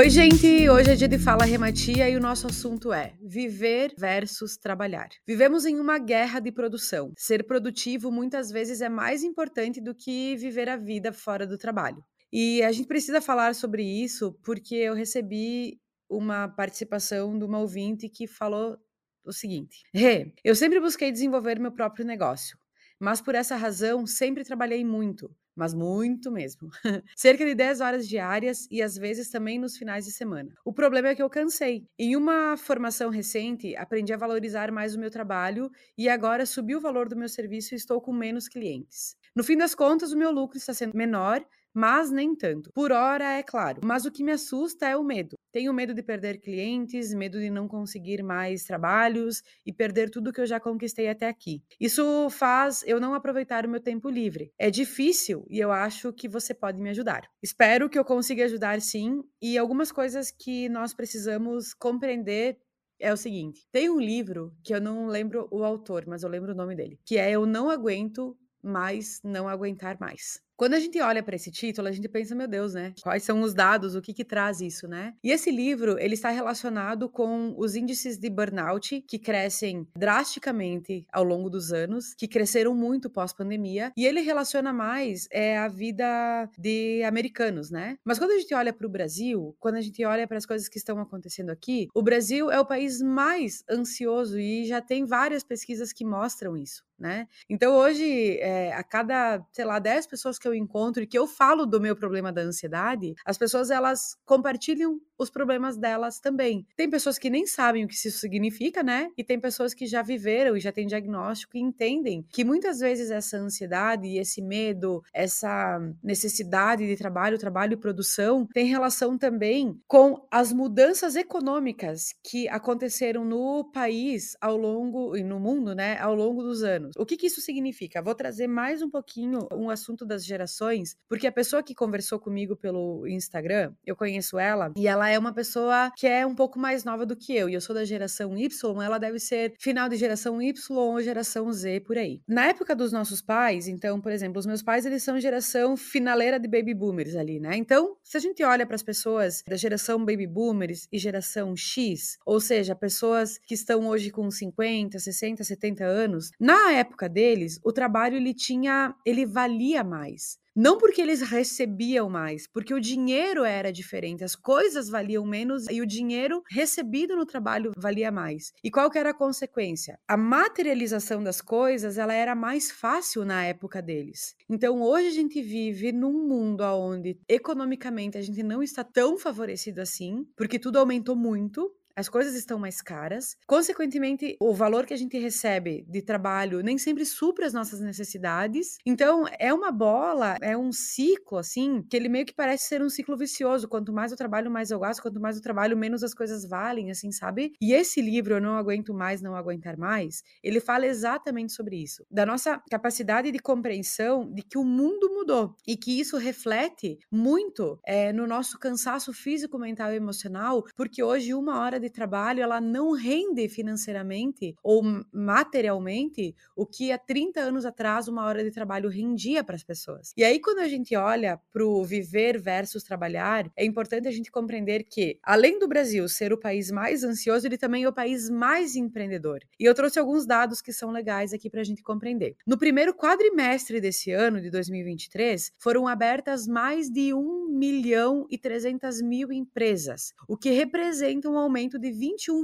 Oi, gente! Hoje é dia de Fala Rematia e o nosso assunto é viver versus trabalhar. Vivemos em uma guerra de produção. Ser produtivo muitas vezes é mais importante do que viver a vida fora do trabalho. E a gente precisa falar sobre isso porque eu recebi uma participação de uma ouvinte que falou o seguinte: Rê, eu sempre busquei desenvolver meu próprio negócio, mas por essa razão sempre trabalhei muito. Mas muito mesmo. Cerca de 10 horas diárias e às vezes também nos finais de semana. O problema é que eu cansei. Em uma formação recente, aprendi a valorizar mais o meu trabalho e agora subi o valor do meu serviço e estou com menos clientes. No fim das contas, o meu lucro está sendo menor, mas nem tanto. Por hora, é claro. Mas o que me assusta é o medo. Tenho medo de perder clientes, medo de não conseguir mais trabalhos e perder tudo que eu já conquistei até aqui. Isso faz eu não aproveitar o meu tempo livre. É difícil e eu acho que você pode me ajudar. Espero que eu consiga ajudar sim, e algumas coisas que nós precisamos compreender é o seguinte: tem um livro que eu não lembro o autor, mas eu lembro o nome dele, que é Eu Não Aguento Mais Não Aguentar Mais. Quando a gente olha para esse título, a gente pensa, meu Deus, né? Quais são os dados, o que traz isso, né? E esse livro, ele está relacionado com os índices de burnout que crescem drasticamente ao longo dos anos, que cresceram muito pós-pandemia, e ele relaciona mais a vida de americanos, né? Mas quando a gente olha para o Brasil, quando a gente olha para as coisas que estão acontecendo aqui, o Brasil é o país mais ansioso e já tem várias pesquisas que mostram isso, né? Então hoje, a cada, sei lá, 10 pessoas que eu encontro e que eu falo do meu problema da ansiedade, as pessoas, elas compartilham os problemas delas também. Tem pessoas que nem sabem o que isso significa, né? E tem pessoas que já viveram e já têm diagnóstico e entendem que muitas vezes essa ansiedade e esse medo, essa necessidade de trabalho e produção tem relação também com as mudanças econômicas que aconteceram no país ao longo, e no mundo, né, ao longo dos anos. O que isso significa? Vou trazer mais um pouquinho um assunto das gerações, porque a pessoa que conversou comigo pelo Instagram, eu conheço ela, e ela é uma pessoa que é um pouco mais nova do que eu, e eu sou da geração Y, ela deve ser final de geração Y ou geração Z, por aí. Na época dos nossos pais, então, por exemplo, os meus pais, eles são geração finaleira de baby boomers ali, né? Então, se a gente olha para as pessoas da geração baby boomers e geração X, ou seja, pessoas que estão hoje com 50, 60, 70 anos, na época deles, o trabalho ele valia mais. Não porque eles recebiam mais, porque o dinheiro era diferente, as coisas valiam menos e o dinheiro recebido no trabalho valia mais. E qual que era a consequência? A materialização das coisas, ela era mais fácil na época deles. Então, hoje a gente vive num mundo onde economicamente a gente não está tão favorecido assim, porque tudo aumentou muito. As coisas estão mais caras. Consequentemente, o valor que a gente recebe de trabalho nem sempre supre as nossas necessidades. Então, é uma bola, é um ciclo, assim, que ele meio que parece ser um ciclo vicioso. Quanto mais eu trabalho, mais eu gasto. Quanto mais eu trabalho, menos as coisas valem, assim, sabe? E esse livro, Eu Não Aguento Mais, Não Aguentar Mais, ele fala exatamente sobre isso. Da nossa capacidade de compreensão de que o mundo mudou. E que isso reflete muito no nosso cansaço físico, mental e emocional, porque hoje 1 hora de trabalho, ela não rende financeiramente ou materialmente o que há 30 anos atrás 1 hora de trabalho rendia para as pessoas. E aí, quando a gente olha para o viver versus trabalhar, é importante a gente compreender que, além do Brasil ser o país mais ansioso, ele também é o país mais empreendedor. E eu trouxe alguns dados que são legais aqui para a gente compreender. No primeiro quadrimestre desse ano, de 2023, foram abertas mais de 1.300.000 empresas, o que representa um aumento de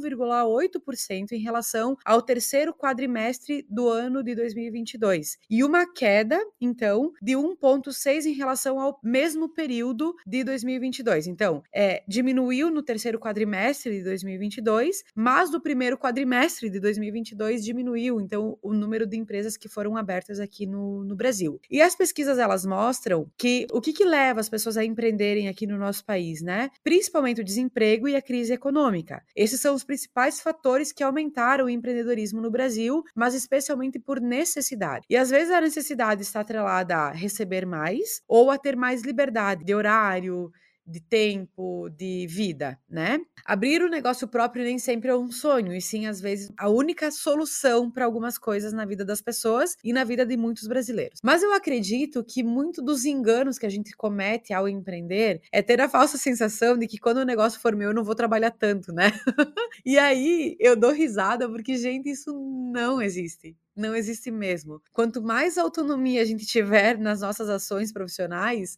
21,8% em relação ao terceiro quadrimestre do ano de 2022. E uma queda, então, de 1,6% em relação ao mesmo período de 2022. Então, diminuiu no terceiro quadrimestre de 2022, mas no primeiro quadrimestre de 2022 diminuiu, então, o número de empresas que foram abertas aqui no Brasil. E as pesquisas, elas mostram que o que leva as pessoas a empreenderem aqui no nosso país, né? Principalmente o desemprego e a crise econômica. Esses são os principais fatores que aumentaram o empreendedorismo no Brasil, mas especialmente por necessidade. E às vezes a necessidade está atrelada a receber mais ou a ter mais liberdade de horário, de tempo, de vida, né? Abrir o negócio próprio nem sempre é um sonho, e sim, às vezes, a única solução para algumas coisas na vida das pessoas e na vida de muitos brasileiros. Mas eu acredito que muito dos enganos que a gente comete ao empreender é ter a falsa sensação de que quando o negócio for meu, eu não vou trabalhar tanto, né? E aí eu dou risada porque, gente, isso não existe. Não existe mesmo. Quanto mais autonomia a gente tiver nas nossas ações profissionais,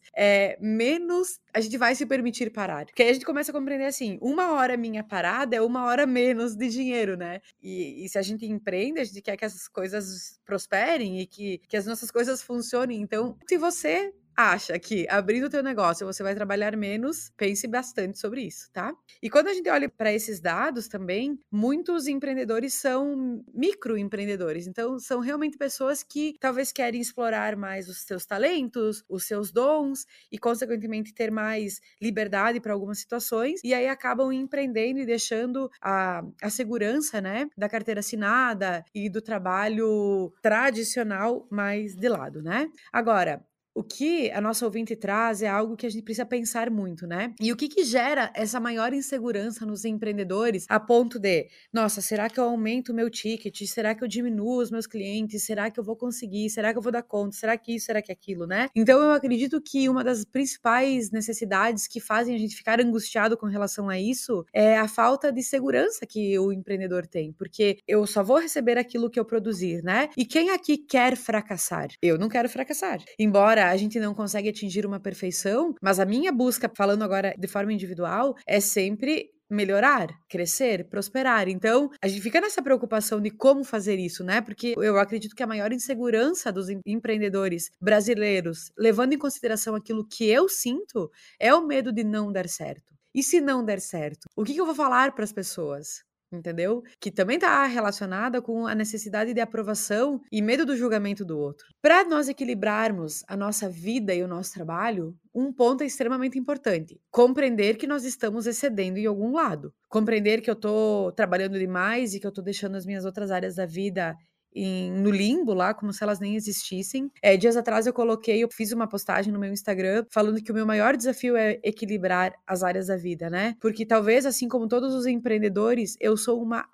menos a gente vai se permitir parar. Porque aí a gente começa a compreender assim: uma hora minha parada é uma hora menos de dinheiro, né? E se a gente empreende, a gente quer que as coisas prosperem e que as nossas coisas funcionem. Então, se você acha que abrindo o teu negócio você vai trabalhar menos, pense bastante sobre isso, tá? E quando a gente olha para esses dados também, muitos empreendedores são microempreendedores. Então, são realmente pessoas que talvez querem explorar mais os seus talentos, os seus dons e, consequentemente, ter mais liberdade para algumas situações. E aí acabam empreendendo e deixando a segurança, né, da carteira assinada e do trabalho tradicional mais de lado, né? Agora, o que a nossa ouvinte traz é algo que a gente precisa pensar muito, né? E o que gera essa maior insegurança nos empreendedores a ponto de, nossa, será que eu aumento o meu ticket? Será que eu diminuo os meus clientes? Será que eu vou conseguir? Será que eu vou dar conta? Será que isso? Será que aquilo, né? Então eu acredito que uma das principais necessidades que fazem a gente ficar angustiado com relação a isso é a falta de segurança que o empreendedor tem, porque eu só vou receber aquilo que eu produzir, né? E quem aqui quer fracassar? Eu não quero fracassar. Embora a gente não consegue atingir uma perfeição, mas a minha busca, falando agora de forma individual, é sempre melhorar, crescer, prosperar. Então, a gente fica nessa preocupação de como fazer isso, né? Porque eu acredito que a maior insegurança dos empreendedores brasileiros, levando em consideração aquilo que eu sinto, é o medo de não dar certo. E se não der certo, o que eu vou falar para as pessoas? Entendeu? Que também está relacionada com a necessidade de aprovação e medo do julgamento do outro. Para nós equilibrarmos a nossa vida e o nosso trabalho, um ponto é extremamente importante: compreender que nós estamos excedendo em algum lado. Compreender que eu estou trabalhando demais e que eu estou deixando as minhas outras áreas da vida no limbo lá, como se elas nem existissem. Dias atrás eu fiz uma postagem no meu Instagram falando que o meu maior desafio é equilibrar as áreas da vida, né? Porque talvez, assim como todos os empreendedores, eu sou uma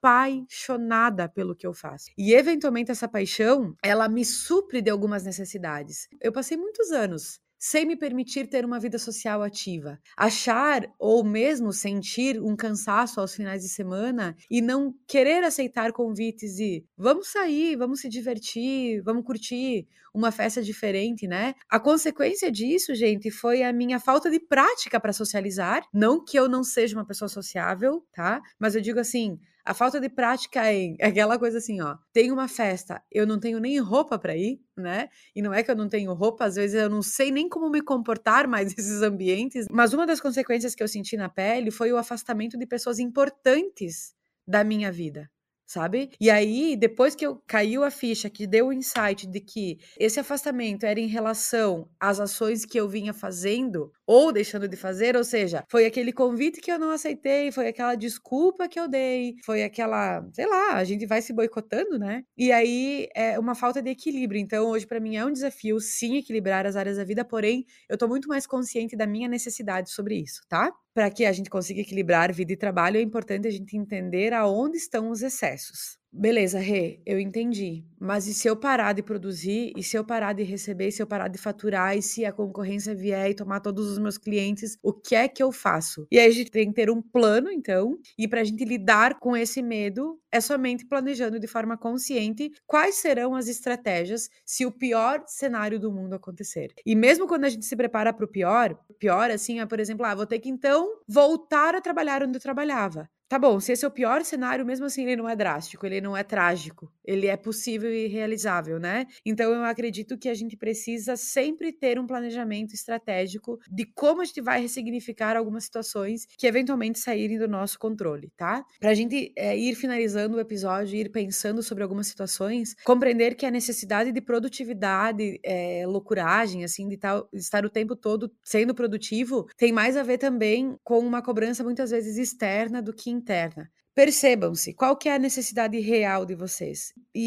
apaixonada pelo que eu faço. E eventualmente essa paixão, ela me supre de algumas necessidades. Eu passei muitos anos sem me permitir ter uma vida social ativa. Achar ou mesmo sentir um cansaço aos finais de semana e não querer aceitar convites de vamos sair, vamos se divertir, vamos curtir uma festa diferente, né? A consequência disso, gente, foi a minha falta de prática para socializar. Não que eu não seja uma pessoa sociável, tá? Mas eu digo assim, a falta de prática em aquela coisa assim, ó, tem uma festa, eu não tenho nem roupa para ir, né? E não é que eu não tenho roupa, às vezes eu não sei nem como me comportar mais nesses ambientes, mas uma das consequências que eu senti na pele foi o afastamento de pessoas importantes da minha vida. Sabe? E aí, depois que eu caiu a ficha, que deu o insight de que esse afastamento era em relação às ações que eu vinha fazendo ou deixando de fazer, ou seja, foi aquele convite que eu não aceitei, foi aquela desculpa que eu dei, foi aquela, sei lá, a gente vai se boicotando, né? E aí é uma falta de equilíbrio. Então, hoje para mim é um desafio sim equilibrar as áreas da vida, porém, eu tô muito mais consciente da minha necessidade sobre isso, tá? Para que a gente consiga equilibrar vida e trabalho, é importante a gente entender aonde estão os excessos. Beleza, Rê, eu entendi. Mas e se eu parar de produzir? E se eu parar de receber? E se eu parar de faturar? E se a concorrência vier e tomar todos os meus clientes? O que é que eu faço? E aí a gente tem que ter um plano, então. E para a gente lidar com esse medo, é somente planejando de forma consciente quais serão as estratégias se o pior cenário do mundo acontecer. E mesmo quando a gente se prepara para o pior assim, é, por exemplo, vou ter que então voltar a trabalhar onde eu trabalhava. Tá bom, se esse é o pior cenário, mesmo assim ele não é drástico, ele não é trágico, ele é possível e realizável, né? Então eu acredito que a gente precisa sempre ter um planejamento estratégico de como a gente vai ressignificar algumas situações que eventualmente saírem do nosso controle, tá? Pra gente ir finalizando o episódio, ir pensando sobre algumas situações, compreender que a necessidade de produtividade, loucuragem, assim, de estar o tempo todo sendo produtivo, tem mais a ver também com uma cobrança muitas vezes externa do que interna. Percebam-se, qual que é a necessidade real de vocês?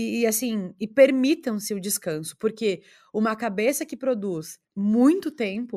E permitam-se o descanso, porque uma cabeça que produz muito tempo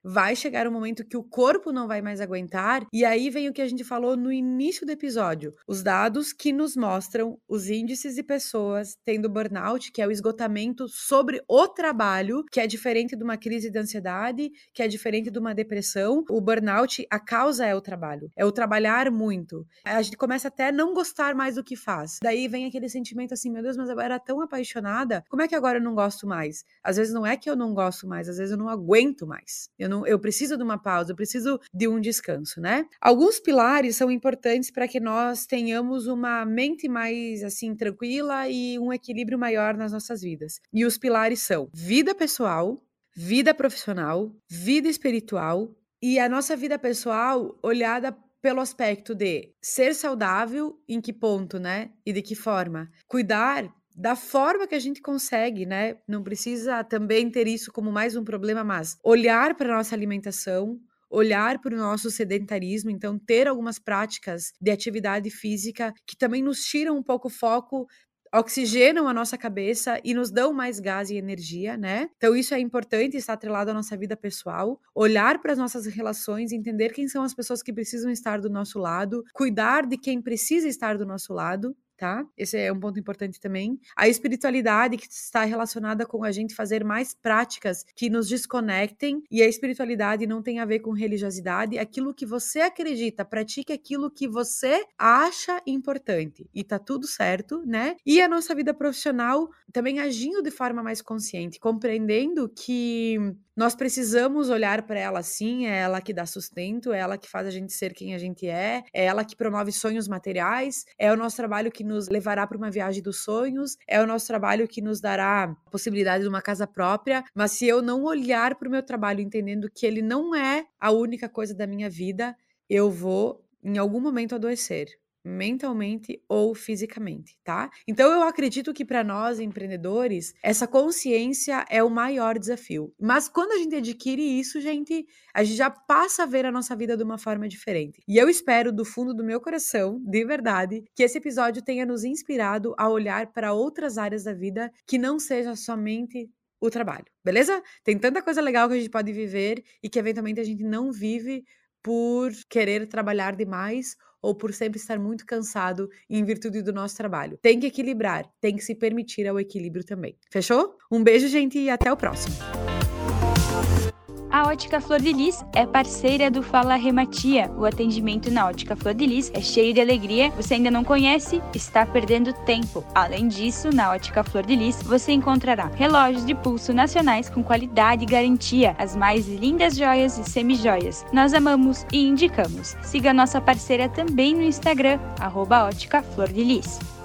vai chegar um momento que o corpo não vai mais aguentar, e aí vem o que a gente falou no início do episódio, os dados que nos mostram os índices de pessoas tendo burnout, que é o esgotamento sobre o trabalho, que é diferente de uma crise de ansiedade, que é diferente de uma depressão. O burnout, a causa é o trabalho, é o trabalhar muito. A gente começa até a não gostar mais do que faz. Daí vem aquele sentimento assim, meu Deus, mas eu era tão apaixonada, como é que agora eu não gosto mais? Às vezes não é que eu não gosto mais, às vezes eu não aguento mais. Eu preciso de uma pausa, eu preciso de um descanso, né? Alguns pilares são importantes para que nós tenhamos uma mente mais, assim, tranquila e um equilíbrio maior nas nossas vidas. E os pilares são vida pessoal, vida profissional, vida espiritual e a nossa vida pessoal olhada pelo aspecto de ser saudável, em que ponto, né? E de que forma? Cuidar da forma que a gente consegue, né? Não precisa também ter isso como mais um problema, mas olhar para a nossa alimentação, olhar para o nosso sedentarismo, então ter algumas práticas de atividade física que também nos tiram um pouco o foco, oxigenam a nossa cabeça e nos dão mais gás e energia, né? Então isso é importante, estar atrelado à nossa vida pessoal, olhar para as nossas relações, entender quem são as pessoas que precisam estar do nosso lado, cuidar de quem precisa estar do nosso lado, tá? Esse é um ponto importante também. A espiritualidade que está relacionada com a gente fazer mais práticas que nos desconectem, e a espiritualidade não tem a ver com religiosidade, aquilo que você acredita, pratique aquilo que você acha importante e tá tudo certo, né? E a nossa vida profissional também agindo de forma mais consciente, compreendendo que nós precisamos olhar para ela assim, é ela que dá sustento, é ela que faz a gente ser quem a gente é ela que promove sonhos materiais, é o nosso trabalho que nos levará para uma viagem dos sonhos, é o nosso trabalho que nos dará a possibilidade de uma casa própria, mas se eu não olhar para o meu trabalho entendendo que ele não é a única coisa da minha vida, eu vou, em algum momento, adoecer. Mentalmente ou fisicamente, tá? Então eu acredito que para nós empreendedores, essa consciência é o maior desafio. Mas quando a gente adquire isso, a gente já passa a ver a nossa vida de uma forma diferente. E eu espero do fundo do meu coração, de verdade, que esse episódio tenha nos inspirado a olhar para outras áreas da vida que não seja somente o trabalho, beleza? Tem tanta coisa legal que a gente pode viver e que eventualmente a gente não vive por querer trabalhar demais ou por sempre estar muito cansado em virtude do nosso trabalho. Tem que equilibrar, tem que se permitir ao equilíbrio também. Fechou? Um beijo, gente, e até o próximo. A Ótica Flor de Lis é parceira do Fala Rematia. O atendimento na Ótica Flor de Lis é cheio de alegria. Você ainda não conhece? Está perdendo tempo. Além disso, na Ótica Flor de Lis, você encontrará relógios de pulso nacionais com qualidade e garantia, as mais lindas joias e semijoias. Nós amamos e indicamos. Siga nossa parceira também no Instagram, @Ótica Flor de Lis.